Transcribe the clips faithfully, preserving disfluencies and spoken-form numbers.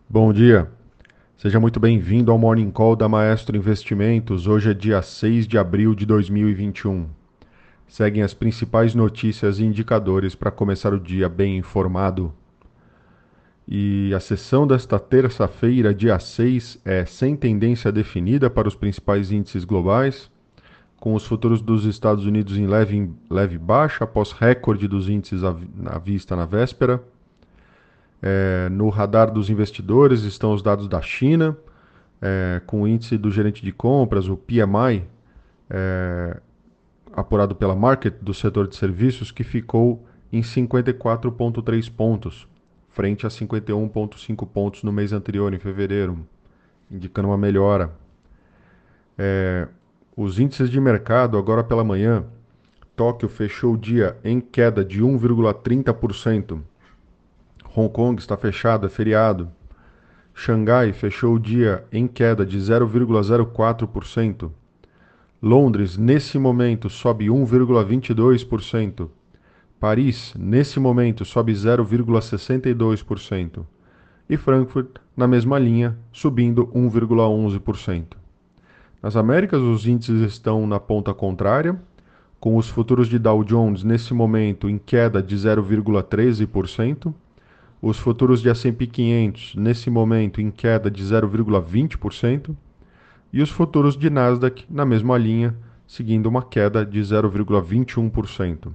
Bom dia, seja muito bem-vindo ao Morning Call da Maestro Investimentos. Hoje é dia seis de abril de dois mil e vinte e um. Seguem as principais notícias e indicadores para começar o dia bem informado. E a sessão desta terça-feira, dia seis, é sem tendência definida para os principais índices globais, com os futuros dos Estados Unidos em leve, leve baixa após recorde dos índices à à vista na véspera. É, no radar dos investidores estão os dados da China, é, com o índice do gerente de compras, o P M I, é, apurado pela Market do setor de serviços, que ficou em cinquenta e quatro vírgula três pontos, frente a cinquenta e um vírgula cinco pontos no mês anterior, em fevereiro, indicando uma melhora. É, os índices de mercado, agora pela manhã, Tóquio fechou o dia em queda de um vírgula trinta por cento. Hong Kong está fechado, é feriado. Xangai fechou o dia em queda de zero vírgula zero quatro por cento. Londres, nesse momento, sobe um vírgula vinte e dois por cento. Paris, nesse momento, sobe zero vírgula sessenta e dois por cento. E Frankfurt, na mesma linha, subindo um vírgula onze por cento. Nas Américas, os índices estão na ponta contrária, com os futuros de Dow Jones, nesse momento, em queda de zero vírgula treze por cento. Os futuros de S e P quinhentos, nesse momento, em queda de zero vírgula vinte por cento. E os futuros de Nasdaq na mesma linha, seguindo uma queda de zero vírgula vinte e um por cento.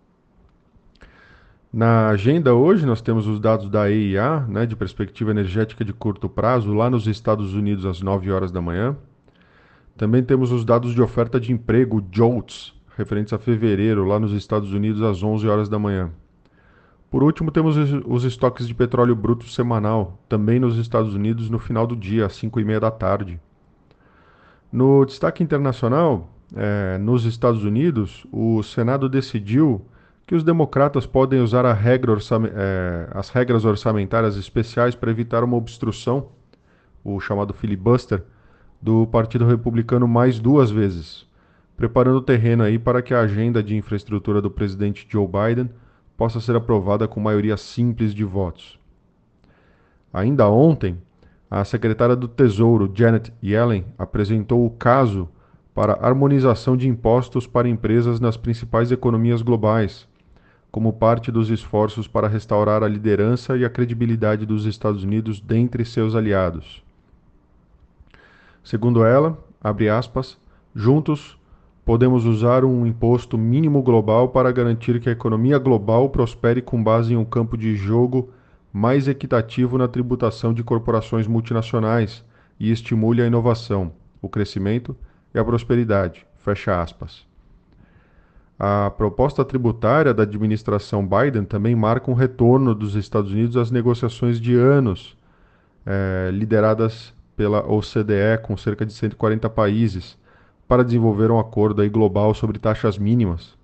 Na agenda hoje nós temos os dados da E I A, né, de perspectiva energética de curto prazo, lá nos Estados Unidos às nove horas da manhã. Também temos os dados de oferta de emprego, JOLTS, referentes a fevereiro, lá nos Estados Unidos às onze horas da manhã. Por último, temos os estoques de petróleo bruto semanal, também nos Estados Unidos, no final do dia, às cinco e meia da tarde. No destaque internacional, eh, nos Estados Unidos, o Senado decidiu que os democratas podem usar regra eh, as regras orçamentárias especiais para evitar uma obstrução, o chamado filibuster, do Partido Republicano mais duas vezes, preparando o terreno aí para que a agenda de infraestrutura do presidente Joe Biden possa ser aprovada com maioria simples de votos. Ainda ontem, a secretária do Tesouro, Janet Yellen, apresentou o caso para harmonização de impostos para empresas nas principais economias globais, como parte dos esforços para restaurar a liderança e a credibilidade dos Estados Unidos dentre seus aliados. Segundo ela, abre aspas, juntos podemos usar um imposto mínimo global para garantir que a economia global prospere com base em um campo de jogo mais equitativo na tributação de corporações multinacionais e estimule a inovação, o crescimento e a prosperidade. Fecha aspas. A proposta tributária da administração Biden também marca um retorno dos Estados Unidos às negociações de anos, eh, lideradas pela O C D E com cerca de cento e quarenta países, para desenvolver um acordo aí global sobre taxas mínimas.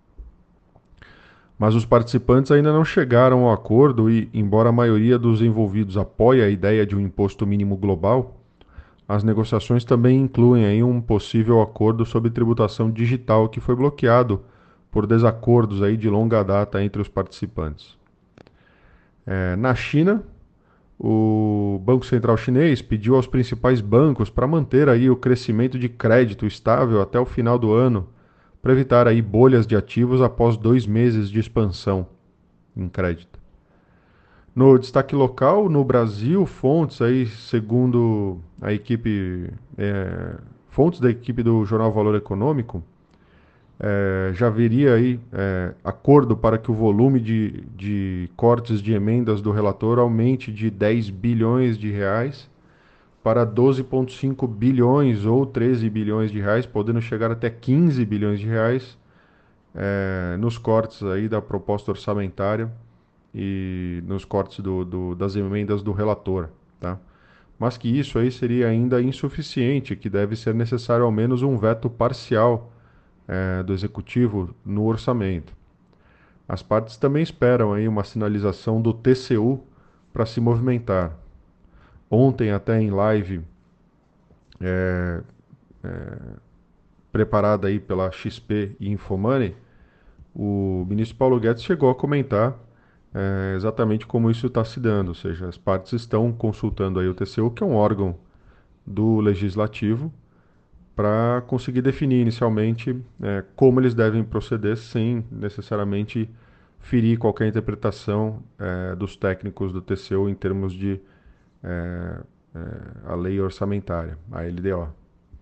Mas os participantes ainda não chegaram ao acordo e, embora a maioria dos envolvidos apoie a ideia de um imposto mínimo global, as negociações também incluem aí um possível acordo sobre tributação digital que foi bloqueado por desacordos aí de longa data entre os participantes. É, na China, o Banco Central Chinês pediu aos principais bancos para manter aí o crescimento de crédito estável até o final do ano, para evitar aí bolhas de ativos após dois meses de expansão em crédito. No destaque local, no Brasil, fontes aí, segundo a equipe, é, fontes da equipe do Jornal Valor Econômico, é, já haveria aí é, acordo para que o volume de, de cortes de emendas do relator aumente de dez bilhões de reais para doze vírgula cinco bilhões ou treze bilhões de reais, podendo chegar até quinze bilhões de reais é, nos cortes aí da proposta orçamentária e nos cortes do, do, das emendas do relator, tá? Mas que isso aí seria ainda insuficiente, que deve ser necessário ao menos um veto parcial é, do executivo no orçamento. As partes também esperam aí uma sinalização do T C U para se movimentar. Ontem, até em live é, é, preparada aí pela X P e Infomoney, o ministro Paulo Guedes chegou a comentar é exatamente como isso está se dando, ou seja, as partes estão consultando aí o T C U, que é um órgão do legislativo, para conseguir definir inicialmente é, como eles devem proceder sem necessariamente ferir qualquer interpretação é, dos técnicos do T C U em termos de é, é, a lei orçamentária, a L D O.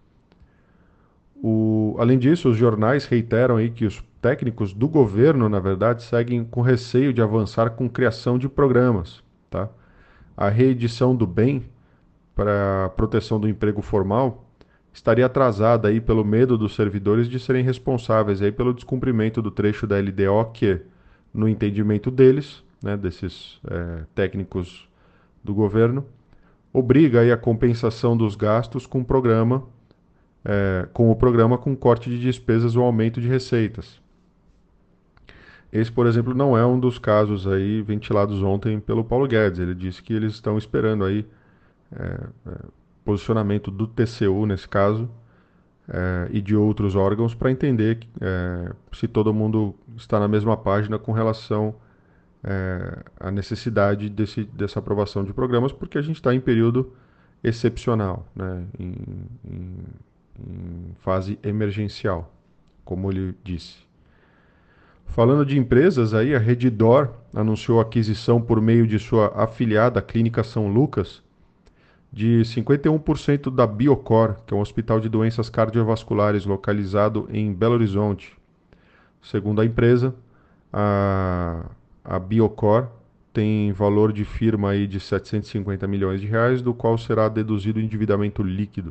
O, além disso, os jornais reiteram aí que os técnicos do governo, na verdade, seguem com receio de avançar com criação de programas. Tá? A reedição do bem para a proteção do emprego formal estaria atrasada aí pelo medo dos servidores de serem responsáveis aí pelo descumprimento do trecho da L D O que, no entendimento deles, né, desses é, técnicos do governo, obriga aí a compensação dos gastos com o programa, é, com o programa com corte de despesas ou aumento de receitas. Esse, por exemplo, não é um dos casos aí ventilados ontem pelo Paulo Guedes. Ele disse que eles estão esperando aí é, é, posicionamento do T C U nesse caso é, e de outros órgãos para entender é, se todo mundo está na mesma página com relação é, à necessidade desse, dessa aprovação de programas, porque a gente está em período excepcional, né, em, em, em fase emergencial, como ele disse. Falando de empresas, aí a Redditor anunciou a aquisição por meio de sua afiliada, a Clínica São Lucas, de cinquenta e um por cento da Biocor, que é um hospital de doenças cardiovasculares localizado em Belo Horizonte. Segundo a empresa, a, a Biocor tem valor de firma aí de setecentos e cinquenta milhões de reais, do qual será deduzido o endividamento líquido.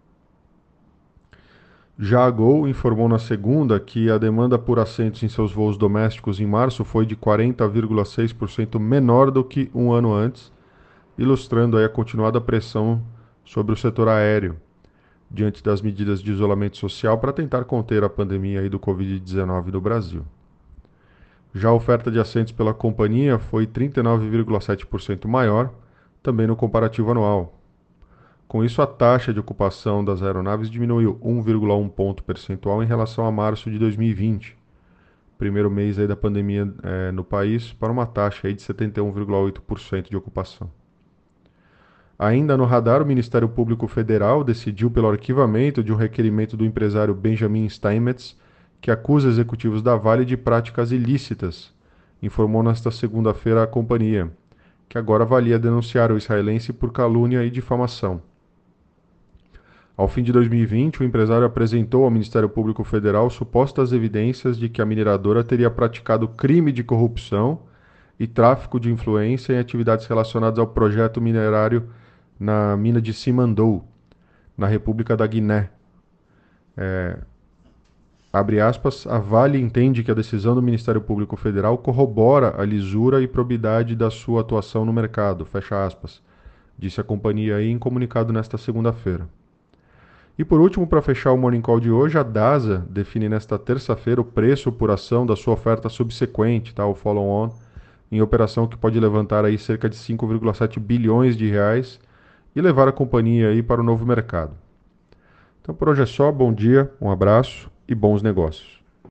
Já a Gol informou na segunda que a demanda por assentos em seus voos domésticos em março foi de quarenta vírgula seis por cento menor do que um ano antes, ilustrando aí a continuada pressão sobre o setor aéreo, diante das medidas de isolamento social para tentar conter a pandemia aí do covid dezenove no Brasil. Já a oferta de assentos pela companhia foi trinta e nove vírgula sete por cento maior, também no comparativo anual. Com isso, a taxa de ocupação das aeronaves diminuiu um vírgula um ponto percentual em relação a março de dois mil e vinte, primeiro mês aí da pandemia eh, no país, para uma taxa aí de setenta e um vírgula oito por cento de ocupação. Ainda no radar, o Ministério Público Federal decidiu pelo arquivamento de um requerimento do empresário Benjamin Steinmetz, que acusa executivos da Vale de práticas ilícitas, informou nesta segunda-feira a companhia, que agora avalia denunciar o israelense por calúnia e difamação. Ao fim de dois mil e vinte, o empresário apresentou ao Ministério Público Federal supostas evidências de que a mineradora teria praticado crime de corrupção e tráfico de influência em atividades relacionadas ao projeto minerário na mina de Simandou, na República da Guiné. É, abre aspas, a Vale entende que a decisão do Ministério Público Federal corrobora a lisura e probidade da sua atuação no mercado, fecha aspas, disse a companhia aí em comunicado nesta segunda-feira. E por último, para fechar o Morning Call de hoje, a DASA define nesta terça-feira o preço por ação da sua oferta subsequente, tá, o follow-on, em operação que pode levantar aí cerca de cinco vírgula sete bilhões de reais e levar a companhia aí para o novo mercado. Então por hoje é só, bom dia, um abraço e bons negócios.